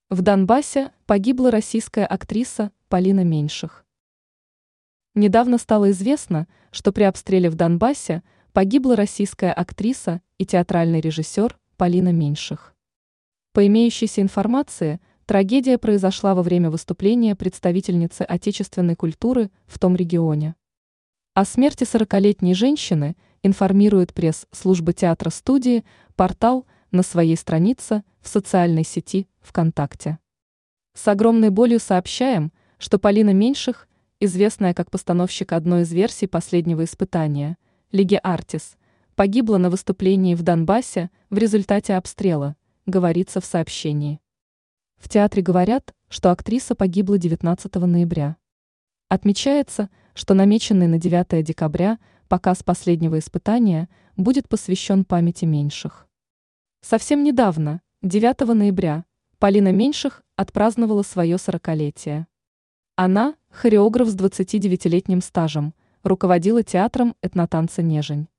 В Донбассе погибла российская актриса Полина Меньших. Недавно стало известно, что при обстреле в Донбассе погибла российская актриса и театральный режиссер Полина Меньших. По имеющейся информации, трагедия произошла во время выступления представительницы отечественной культуры в том регионе. О смерти 40-летней женщины информирует пресс-служба театра-студии «Портал» на своей странице в социальной сети ВКонтакте. С огромной болью сообщаем, что Полина Меньших, известная как постановщик одной из версий последнего испытания «Лиги Артис», погибла на выступлении в Донбассе в результате обстрела, говорится в сообщении. В театре говорят, что актриса погибла 19 ноября. Отмечается, что намеченный на 9 декабря показ последнего испытания будет посвящен памяти Меньших. Совсем недавно, 9 ноября, Полина Меньших отпраздновала свое 40-летие. Она, хореограф с 29-летним стажем, руководила театром этнотанца «Нежень».